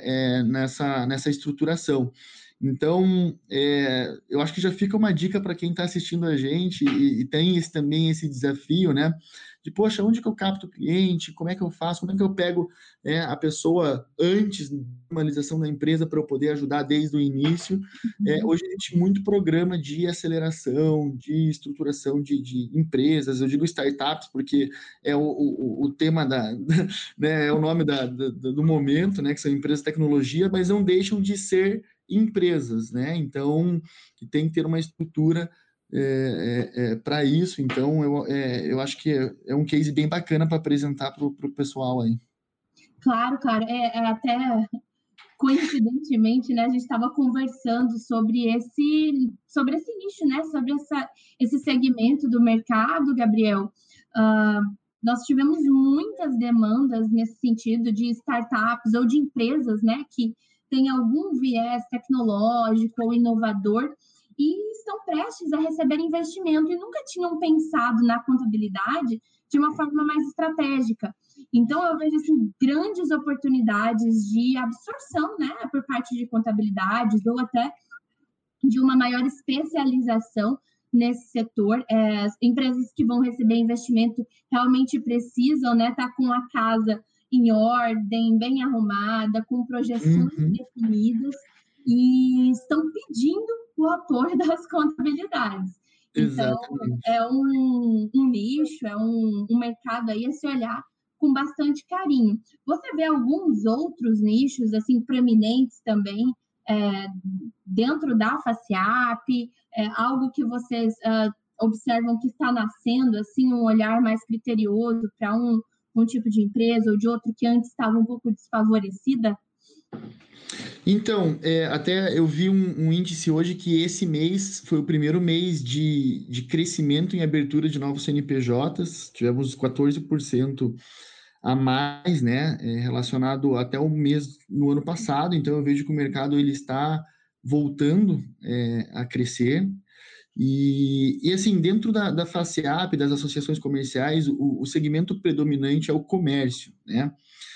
nessa estruturação. Então, eu acho que já fica uma dica para quem está assistindo a gente e tem também esse desafio, né? De, poxa, onde que eu capto o cliente? Como é que eu faço? Como é que eu pego a pessoa antes da formalização da empresa para eu poder ajudar desde o início? Hoje a gente tem muito programa de aceleração, de estruturação de empresas, eu digo startups, porque é o tema né, é o nome do momento, né? Que são empresas de tecnologia, mas não deixam de ser empresas, né? Então, que tem que ter uma estrutura para isso. Então, eu acho que é um case bem bacana para apresentar para o pessoal aí. Claro. Até coincidentemente, né, a gente estava conversando sobre esse nicho, né? Sobre esse segmento do mercado, Gabriel. Nós tivemos muitas demandas nesse sentido de startups ou de empresas, né, que têm algum viés tecnológico ou inovador e estão prestes a receber investimento e nunca tinham pensado na contabilidade de uma forma mais estratégica. Então, eu vejo assim, grandes oportunidades de absorção, né, por parte de contabilidades ou até de uma maior especialização nesse setor. As empresas que vão receber investimento realmente precisam, né, estar com a casa em ordem, bem arrumada, com projeções definidas, e estão pedindo o apoio das contabilidades. Então, Exatamente. é um nicho, é um mercado aí a se olhar com bastante carinho. Você vê alguns outros nichos, assim, proeminentes também, dentro da FACIAP, algo que vocês observam que está nascendo, assim, um olhar mais criterioso para um tipo de empresa ou de outro que antes estava um pouco desfavorecida? Então, até eu vi um índice hoje que esse mês foi o primeiro mês de crescimento em abertura de novos CNPJs, tivemos 14% a mais, né, relacionado até o mês no ano passado, então eu vejo que o mercado ele está voltando a crescer, e assim, dentro da FACIAP, das associações comerciais, o segmento predominante é o comércio, né?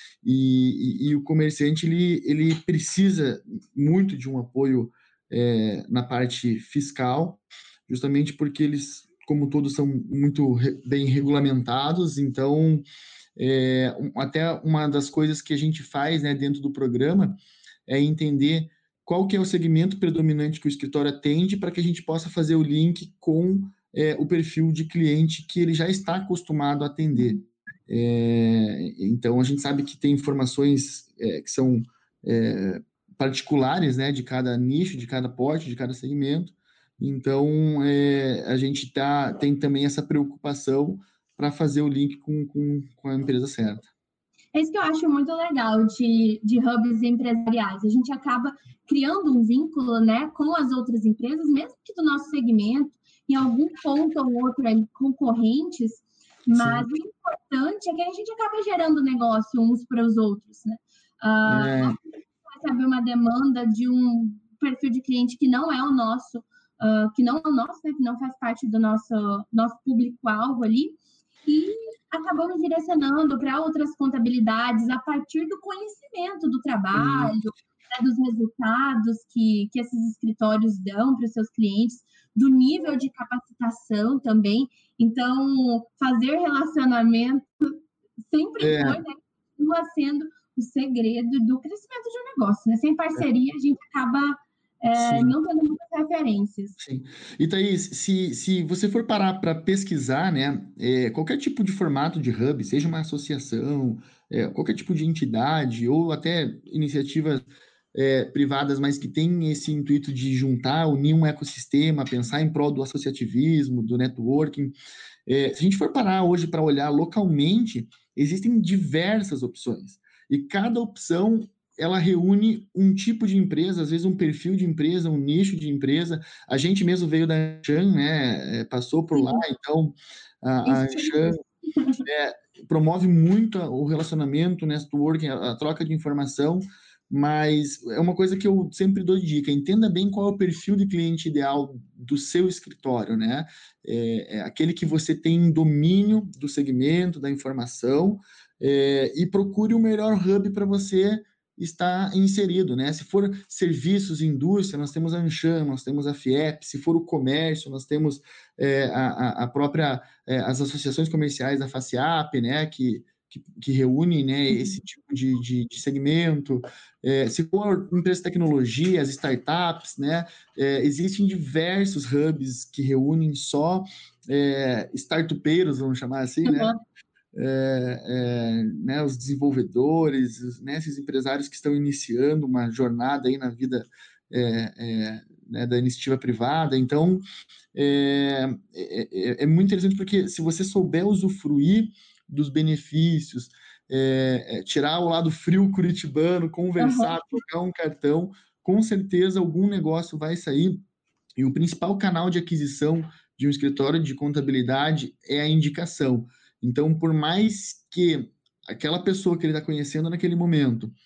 E o comerciante ele precisa muito de um apoio na parte fiscal, justamente porque eles, como todos, são muito bem regulamentados. Então, até uma das coisas que a gente faz, né, dentro do programa é entender qual que é o segmento predominante que o escritório atende para que a gente possa fazer o link com o perfil de cliente que ele já está acostumado a atender. Então, a gente sabe que tem informações que são particulares, né, de cada nicho, de cada porte, de cada segmento. Então, a gente tem também essa preocupação para fazer o link com a empresa certa. É isso que eu acho muito legal de hubs empresariais. A gente acaba criando um vínculo, né, com as outras empresas, mesmo que do nosso segmento, em algum ponto ou outro ali, concorrentes, mas o importante é que a gente acaba gerando negócio uns para os outros, né? Recebe uma demanda de um perfil de cliente que não é o nosso, né, que não faz parte do nosso público-alvo ali, e acabamos direcionando para outras contabilidades a partir do conhecimento do trabalho, né, dos resultados que esses escritórios dão para os seus clientes, do nível de capacitação também. Então, fazer relacionamento sempre foi, né, continua sendo o segredo do crescimento de um negócio, né? Sem parceria, a gente acaba não tendo muitas referências. Sim. E Thaís, se você for parar para pesquisar, né, qualquer tipo de formato de hub, seja uma associação, qualquer tipo de entidade, ou até iniciativas privadas, mas que tem esse intuito de juntar, unir um ecossistema, pensar em prol do associativismo, do networking. Se a gente for parar hoje para olhar localmente, existem diversas opções. E cada opção ela reúne um tipo de empresa, às vezes um perfil de empresa, um nicho de empresa. A gente mesmo veio da Anshan, né? Passou por lá, então a Anshan promove muito o relacionamento, o networking, a troca de informação, mas é uma coisa que eu sempre dou dica: entenda bem qual é o perfil de cliente ideal do seu escritório, né? Aquele que você tem domínio do segmento, da informação, e procure o melhor hub para você estar inserido, né? Se for serviços, indústria, nós temos a Anshan, nós temos a FIEP. Se for o comércio, nós temos a própria as associações comerciais da FACIAP, né? Que reúnem, né, esse tipo de segmento. Se for empresas de tecnologia, as startups, né, existem diversos hubs que reúnem só startupeiros, vamos chamar assim, né? Né, os desenvolvedores, né, esses empresários que estão iniciando uma jornada aí na vida né, da iniciativa privada. Então, é muito interessante porque se você souber usufruir dos benefícios, tirar o lado frio curitibano, conversar, trocar um cartão, com certeza algum negócio vai sair. E o principal canal de aquisição de um escritório de contabilidade é a indicação. Então, por mais que aquela pessoa que ele está conhecendo naquele momento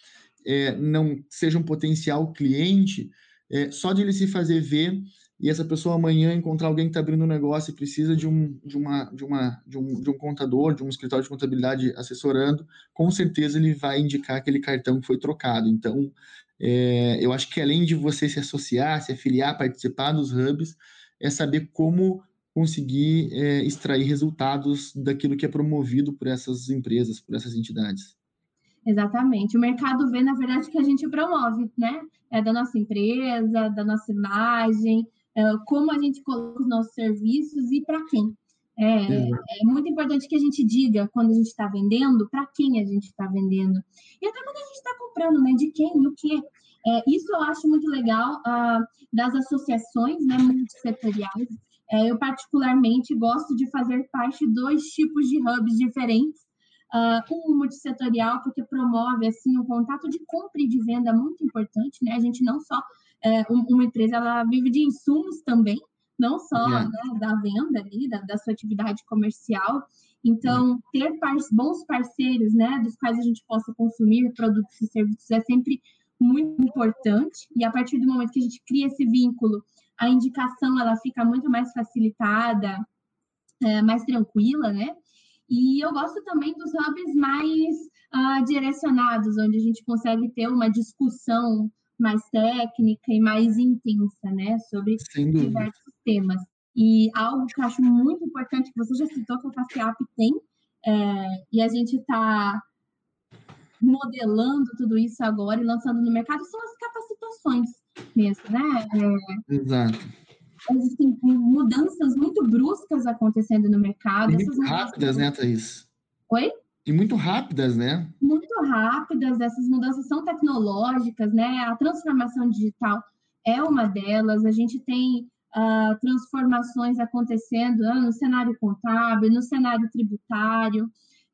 não seja um potencial cliente, só de ele se fazer ver e essa pessoa amanhã encontrar alguém que está abrindo um negócio e precisa de um contador, de um escritório de contabilidade assessorando, com certeza ele vai indicar aquele cartão que foi trocado. Então, eu acho que além de você se associar, se afiliar, participar dos hubs, é saber como conseguir extrair resultados daquilo que é promovido por essas empresas, por essas entidades. Exatamente. O mercado vê, na verdade, que a gente promove, né? Da nossa empresa, da nossa imagem, como a gente coloca os nossos serviços e para quem. É muito importante que a gente diga, quando a gente está vendendo, para quem a gente está vendendo. E até quando a gente está comprando, né? De quem, o quê. Isso eu acho muito legal das associações, né, multissetoriais. Eu, particularmente, gosto de fazer parte de 2 tipos de hubs diferentes. Um multissetorial, porque promove assim, um contato de compra e de venda muito importante, né? A gente não só, uma empresa, ela vive de insumos também, não só né, da venda ali, da sua atividade comercial. Então, ter bons parceiros, né, dos quais a gente possa consumir produtos e serviços é sempre muito importante. E a partir do momento que a gente cria esse vínculo, a indicação ela fica muito mais facilitada, mais tranquila, né? E eu gosto também dos hubs mais direcionados, onde a gente consegue ter uma discussão mais técnica e mais intensa, né, sobre diversos temas. E algo que eu acho muito importante, que você já citou, que a FACIAP tem, e a gente está modelando tudo isso agora e lançando no mercado, são as capacitações mesmo, né? Exato. Existem mudanças muito bruscas acontecendo no mercado. E muito rápidas, né, Thaís? Oi? E muito rápidas, né? Muito rápidas, essas mudanças são tecnológicas, né? A transformação digital é uma delas. A gente tem transformações acontecendo no cenário contábil, no cenário tributário.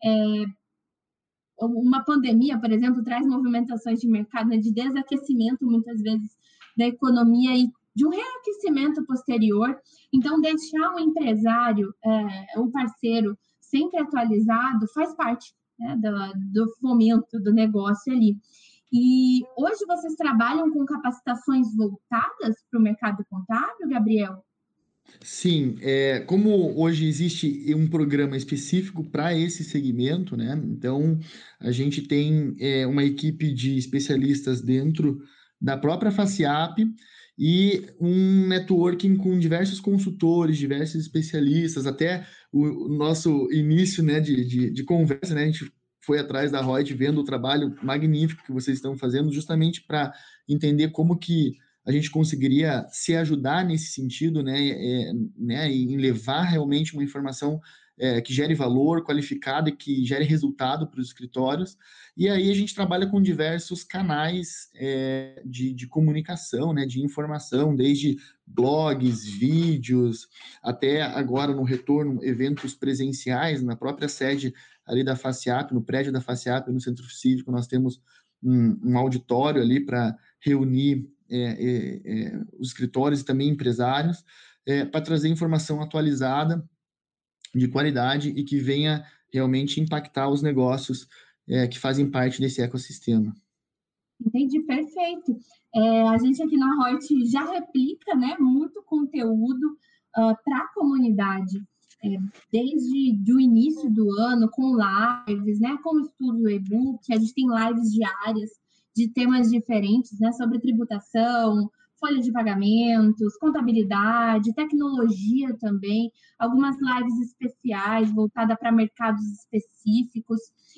Uma pandemia, por exemplo, traz movimentações de mercado, né, de desaquecimento, muitas vezes, da economia e de um reaquecimento posterior. Então, deixar o empresário, o parceiro, sempre atualizado, faz parte, né, do fomento do negócio ali. E hoje vocês trabalham com capacitações voltadas para o mercado contábil, Gabriel? Sim, como hoje existe um programa específico para esse segmento, né? Então, a gente tem uma equipe de especialistas dentro da própria FACIAP e um networking com diversos consultores, diversos especialistas, até o nosso início, né, de conversa, né? A gente foi atrás da Reut vendo o trabalho magnífico que vocês estão fazendo, justamente para entender como que a gente conseguiria se ajudar nesse sentido, né, em levar realmente uma informação que gere valor, qualificada e que gere resultado para os escritórios. E aí a gente trabalha com diversos canais de comunicação, né, de informação, desde blogs, vídeos, até agora no retorno, eventos presenciais, na própria sede ali da FACIAP, no prédio da FACIAP, no Centro Cívico, nós temos um auditório ali para reunir os escritórios e também empresários, para trazer informação atualizada, de qualidade e que venha realmente impactar os negócios que fazem parte desse ecossistema. Entendi, perfeito. A gente aqui na Reut já replica, né, muito conteúdo para a comunidade, desde o início do ano, com lives, né, com estudo e-book, a gente tem lives diárias de temas diferentes, né, sobre tributação, folha de pagamentos, contabilidade, tecnologia também, algumas lives especiais voltadas para mercados específicos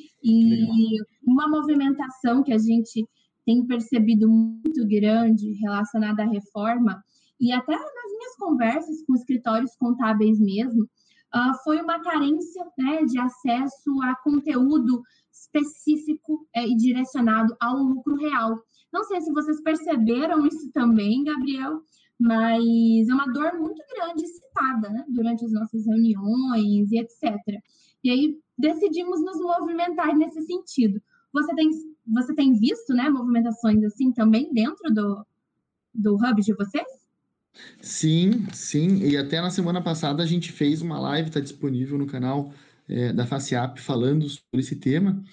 e uma movimentação que a gente tem percebido muito grande relacionada à reforma e até nas minhas conversas com escritórios contábeis mesmo, foi uma carência, né, de acesso a conteúdo específico e direcionado ao lucro real. Não sei se vocês perceberam isso também, Gabriel, mas é uma dor muito grande citada, né, durante as nossas reuniões e etc. E aí decidimos nos movimentar nesse sentido. Você tem visto, né, movimentações assim também dentro do hub de vocês? Sim, sim. E até na semana passada a gente fez uma live, está disponível no canal da FACIAP, falando sobre esse tema.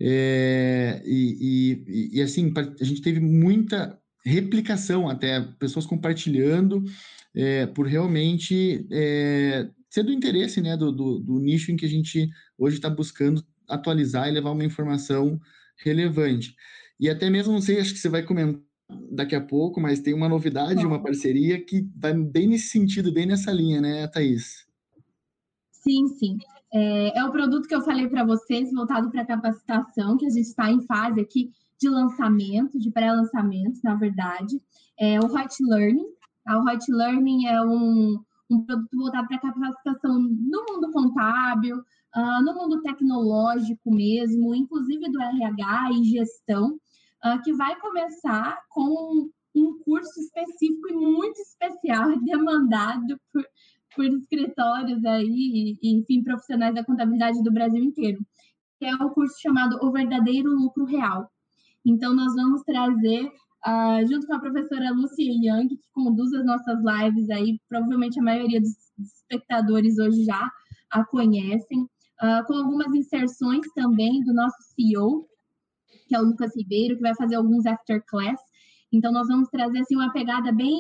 Assim, a gente teve muita replicação, até pessoas compartilhando, por realmente ser do interesse, né, do nicho em que a gente hoje está buscando atualizar e levar uma informação relevante. E até mesmo, não sei, acho que você vai comentar daqui a pouco, mas tem uma novidade, uma parceria que vai bem nesse sentido, bem nessa linha, né, Thaís? Sim, sim. É o produto que eu falei para vocês, voltado para capacitação, que a gente está em fase aqui de lançamento, de pré-lançamento, na verdade. É o Hot Learning. O Hot Learning é um produto voltado para capacitação no mundo contábil, no mundo tecnológico mesmo, inclusive do RH e gestão, que vai começar com um curso específico e muito especial, demandado por escritórios aí, e, enfim, profissionais da contabilidade do Brasil inteiro, que é o curso chamado O Verdadeiro Lucro Real. Então, nós vamos trazer, junto com a professora Lucia Young, que conduz as nossas lives aí, provavelmente a maioria dos espectadores hoje já a conhecem, com algumas inserções também do nosso CEO, que é o Lucas Ribeiro, que vai fazer alguns afterclass. Então, nós vamos trazer assim, uma pegada bem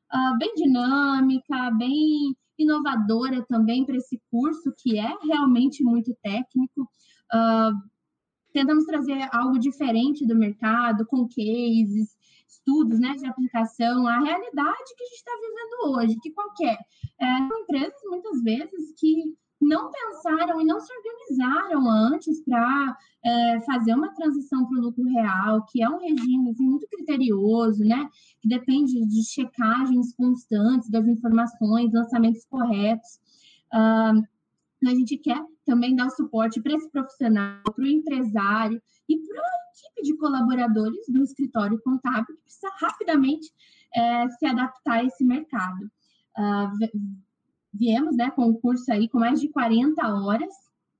dinâmica, bem inovadora também para esse curso, que é realmente muito técnico. Tentamos trazer algo diferente do mercado, com cases, estudos, né, de aplicação, a realidade que a gente está vivendo hoje, que qualquer. São empresas, muitas vezes, que não pensaram e não se organizaram antes para fazer uma transição para o lucro real, que é um regime assim, muito criterioso, né? Que depende de checagens constantes das informações, lançamentos corretos. A gente quer também dar o suporte para esse profissional, para o empresário e para a equipe de colaboradores do escritório contábil que precisa rapidamente se adaptar a esse mercado. Viemos, né, com o curso aí com mais de 40 horas,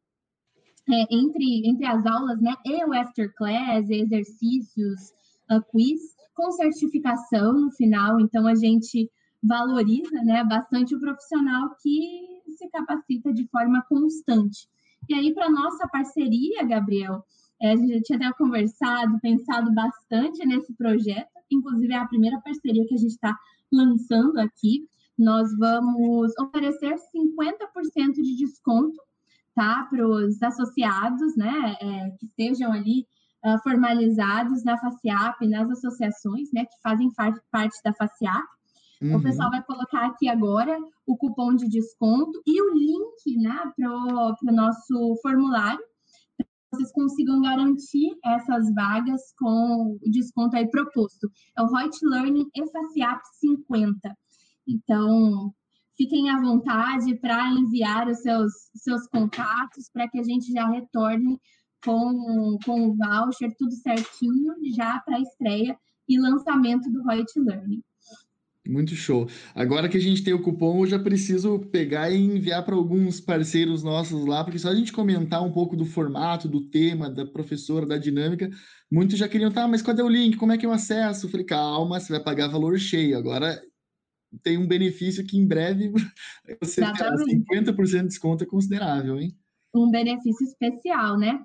entre as aulas, né, e o afterclass, exercícios, quiz, com certificação no final. Então, a gente valoriza, né, bastante o profissional que se capacita de forma constante. E aí, para nossa parceria, Gabriel, a gente já tinha até conversado, pensado bastante nesse projeto, inclusive é a primeira parceria que a gente está lançando aqui. Nós vamos oferecer 50% de desconto, tá, para os associados, né, que estejam ali formalizados na FACIAP, nas associações, né, que fazem parte da FACIAP. Uhum. O pessoal vai colocar aqui agora o cupom de desconto e o link, né, para o nosso formulário, para que vocês consigam garantir essas vagas com o desconto aí proposto. É o Hot Learning e FACIAP 50. Então, fiquem à vontade para enviar os seus contatos, para que a gente já retorne com o voucher, tudo certinho, já para a estreia e lançamento do Hot Learning. Muito show. Agora que a gente tem o cupom, eu já preciso pegar e enviar para alguns parceiros nossos lá, porque só a gente comentar um pouco do formato, do tema, da professora, da dinâmica, muitos já queriam, tá, mas cadê o link? Como é que eu acesso? Eu falei, calma, você vai pagar valor cheio. Agora tem um benefício que em breve você terá 50% de desconto, é considerável, hein? Um benefício especial, né?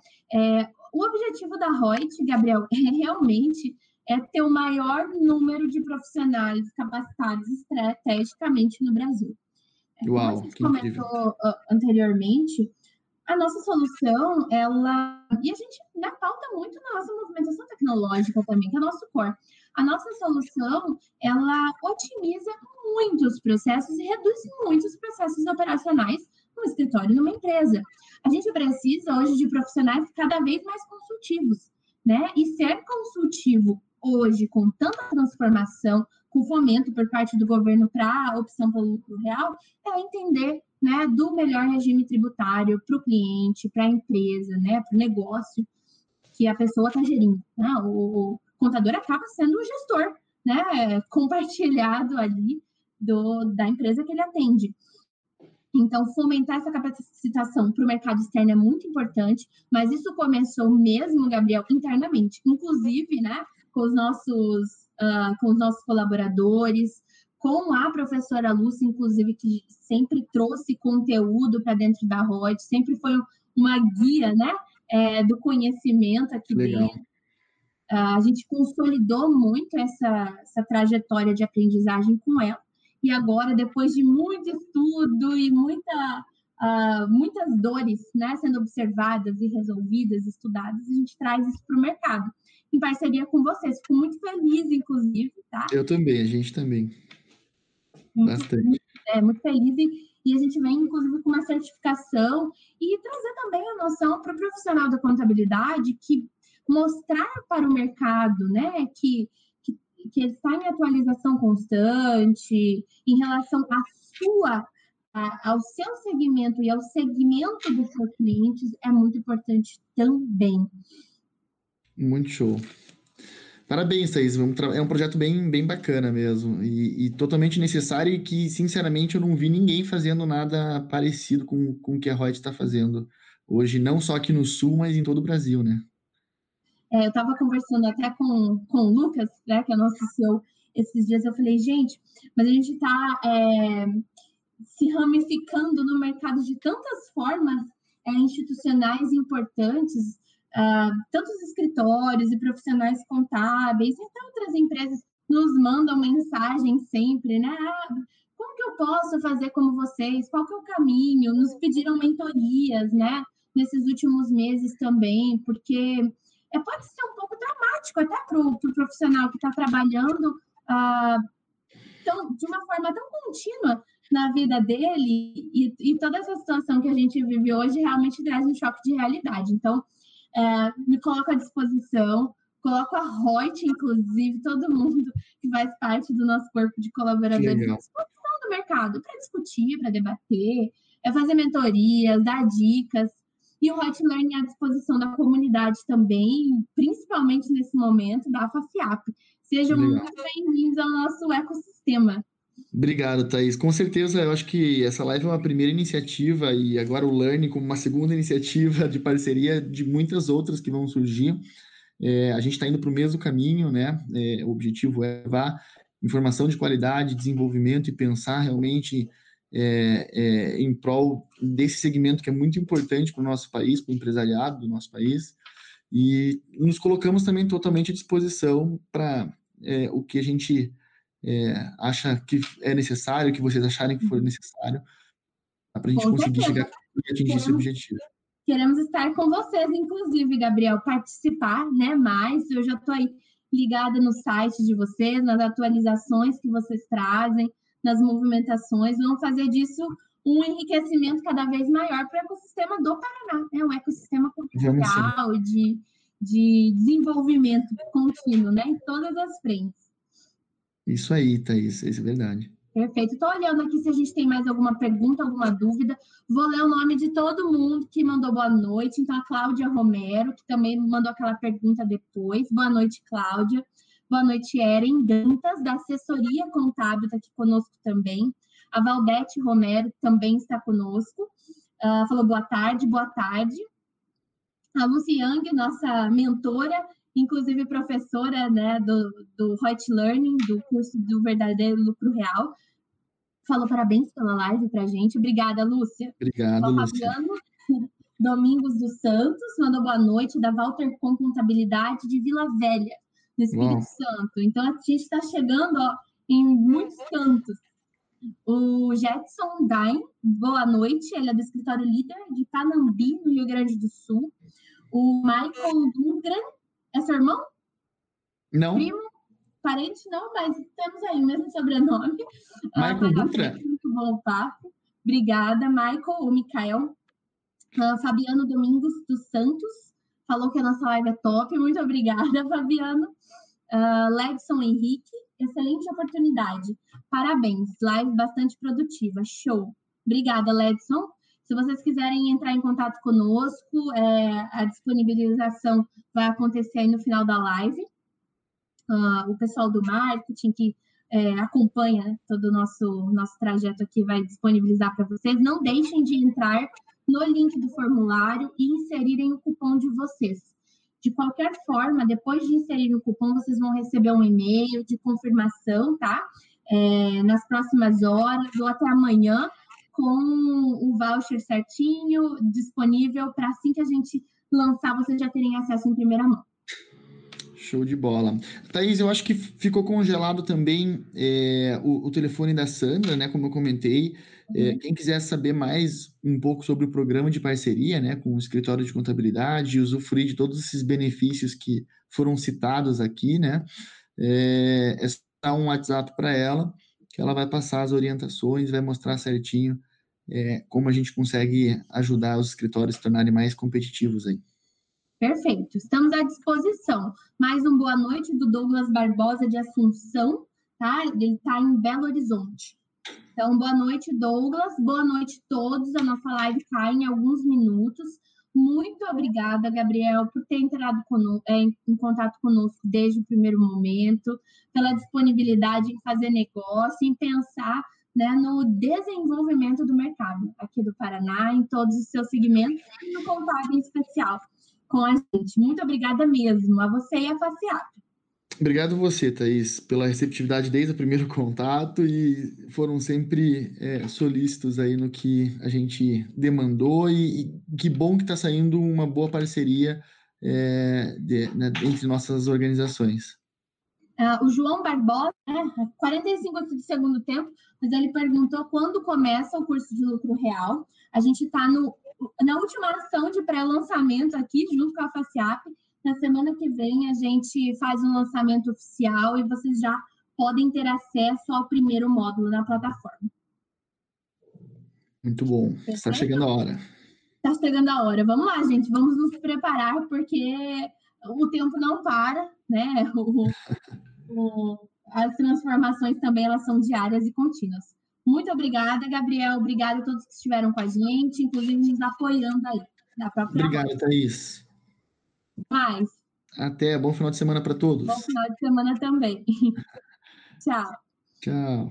O objetivo da Reut, Gabriel, realmente ter o maior número de profissionais capacitados estrategicamente no Brasil. Uau, como a gente comentou anteriormente, a nossa solução, e a gente pauta muito na nossa movimentação tecnológica também, que é o nosso core. A nossa solução, ela otimiza muito os processos e reduz muito os processos operacionais no escritório, numa empresa. A gente precisa hoje de profissionais cada vez mais consultivos, né? E ser consultivo hoje, com tanta transformação, com fomento por parte do governo para a opção pelo lucro real, é entender, né, do melhor regime tributário para o cliente, para a empresa, né, para o negócio que a pessoa está gerindo. Né? O contador acaba sendo o gestor, né, compartilhado ali da empresa que ele atende. Então, fomentar essa capacitação para o mercado externo é muito importante, mas isso começou mesmo, Gabriel, internamente, inclusive, né, com os nossos colaboradores, com a professora Lúcia, inclusive, que sempre trouxe conteúdo para dentro da Reut, sempre foi uma guia, né, do conhecimento aqui Legal. dentro. A gente consolidou muito essa trajetória de aprendizagem com ela. E agora, depois de muito estudo e muitas dores, né, sendo observadas e resolvidas, estudadas, a gente traz isso para o mercado, em parceria com vocês. Fico muito feliz, inclusive, tá? Eu também, a gente também. Bastante. Muito feliz. E a gente vem, inclusive, com uma certificação e trazer também a noção para o profissional da contabilidade que mostrar para o mercado, né, que ele está em atualização constante em relação ao seu segmento e ao segmento dos seus clientes é muito importante também. Muito show. Parabéns, Thaís. É um projeto bem bacana mesmo e totalmente necessário e que, sinceramente, eu não vi ninguém fazendo nada parecido com o que a Reut está fazendo hoje, não só aqui no Sul, mas em todo o Brasil, né? Eu estava conversando até com o Lucas, né, que é nosso CEO, esses dias. Eu falei, gente, mas a gente está se ramificando no mercado de tantas formas institucionais importantes, tantos escritórios e profissionais contábeis e até outras empresas nos mandam mensagem sempre, né? Como que eu posso fazer como vocês? Qual que é o caminho? Nos pediram mentorias, né? Nesses últimos meses também, porque pode ser um pouco traumático até para o profissional que está trabalhando de uma forma tão contínua na vida dele, e toda essa situação que a gente vive hoje realmente traz um choque de realidade. Então, me coloco à disposição, coloco a Reut, inclusive, todo mundo que faz parte do nosso corpo de colaboradores à disposição do mercado para discutir, para debater, fazer mentorias, dar dicas. E o Reut Learning à disposição da comunidade também, principalmente nesse momento da FAFIAP. Sejam muito bem-vindos ao nosso ecossistema. Obrigado, Thaís. Com certeza, eu acho que essa live é uma primeira iniciativa e agora o Learning como uma segunda iniciativa de parceria de muitas outras que vão surgir. A gente está indo para o mesmo caminho, né? O objetivo é levar informação de qualidade, desenvolvimento e pensar realmente em prol desse segmento que é muito importante para o nosso país, para o empresariado do nosso país. E nos colocamos também totalmente à disposição para o que a gente acha que é necessário, que vocês acharem que for necessário, para a gente conseguir chegar e atingir esse objetivo. Queremos estar com vocês, inclusive, Gabriel, participar, né? Mais, eu já estou aí ligada no site de vocês, nas atualizações que vocês trazem, nas movimentações. Vamos fazer disso um enriquecimento cada vez maior para o ecossistema do Paraná, né? Um ecossistema comercial de desenvolvimento contínuo, né? Em todas as frentes. Isso aí, Thaís, isso é verdade. Perfeito. Estou olhando aqui se a gente tem mais alguma pergunta, alguma dúvida. Vou ler o nome de todo mundo que mandou boa noite. Então, a Cláudia Romero, que também mandou aquela pergunta depois. Boa noite, Cláudia. Boa noite, Eren Dantas, da assessoria contábil, está aqui conosco também. A Valdete Romero também está conosco. Falou boa tarde, boa tarde. A Lucy Yang, nossa mentora, inclusive professora, né, do Reut Learning, do curso do Verdadeiro Lucro Real, falou parabéns pela live para a gente. Obrigada, Lúcia. Obrigado, Lúcia. Fabiano Domingos dos Santos mandou boa noite, da Walter com Contabilidade de Vila Velha, no Espírito Santo. Então, a gente está chegando em muitos cantos. O Jetson Dain, boa noite, ele é do escritório líder de Panambi, no Rio Grande do Sul. O Michael Lundgren, é seu irmão? Não. Primo? Parente não, mas temos aí o mesmo sobrenome. Michael Dutra. Muito bom o papo. Obrigada, Michael. O Mikael. Fabiano Domingos dos Santos falou que a nossa live é top. Muito obrigada, Fabiano. Ledson Henrique, excelente oportunidade. Parabéns, live bastante produtiva. Show. Obrigada, Ledson. Se vocês quiserem entrar em contato conosco, a disponibilização vai acontecer aí no final da live. O pessoal do marketing que acompanha todo o nosso trajeto aqui vai disponibilizar para vocês. Não deixem de entrar no link do formulário e inserirem o cupom de vocês. De qualquer forma, depois de inserir o cupom, vocês vão receber um e-mail de confirmação, tá? Nas próximas horas ou até amanhã, com o voucher certinho, disponível para assim que a gente lançar, vocês já terem acesso em primeira mão. Show de bola. Thaís, eu acho que ficou congelado também o telefone da Sandra, né? Como eu comentei. Quem quiser saber mais um pouco sobre o programa de parceria, né, com o escritório de contabilidade e usufruir de todos esses benefícios que foram citados aqui, né? É só dar um WhatsApp para ela, que ela vai passar as orientações, vai mostrar certinho como a gente consegue ajudar os escritórios a se tornarem mais competitivos aí. Perfeito, estamos à disposição. Mais um boa noite do Douglas Barbosa de Assunção, tá? Ele está em Belo Horizonte. Então, boa noite, Douglas. Boa noite a todos. A nossa live cai em alguns minutos. Muito obrigada, Gabriel, por ter entrado em contato conosco desde o primeiro momento, pela disponibilidade em fazer negócio, em pensar, né, no desenvolvimento do mercado aqui do Paraná, em todos os seus segmentos, e no contato em especial com a gente. Muito obrigada mesmo, a você e a FACIAP. Obrigado a você, Thaís, pela receptividade desde o primeiro contato e foram sempre solícitos aí no que a gente demandou e que bom que está saindo uma boa parceria entre nossas organizações. O João Barbosa, 45 aqui do segundo tempo, mas ele perguntou quando começa o curso de lucro real. A gente está na última ação de pré-lançamento aqui, junto com a FACIAP. Na semana que vem, a gente faz um lançamento oficial e vocês já podem ter acesso ao primeiro módulo na plataforma. Muito bom. Está chegando a hora. Está chegando a hora. Vamos lá, gente. Vamos nos preparar, porque o tempo não para, né? As transformações também, elas são diárias e contínuas. Muito obrigada, Gabriel. Obrigada a todos que estiveram com a gente, inclusive nos apoiando aí. Obrigado, Thaís. Mais. Até. Bom final de semana para todos. Bom final de semana também. Tchau. Tchau.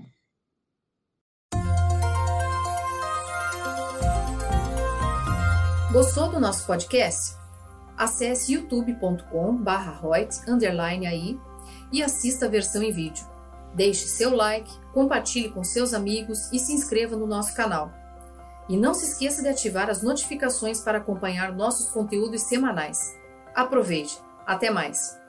Gostou do nosso podcast? Acesse youtube.com/Reutz_AI e assista a versão em vídeo. Deixe seu like, compartilhe com seus amigos e se inscreva no nosso canal. E não se esqueça de ativar as notificações para acompanhar nossos conteúdos semanais. Aproveite! Até mais!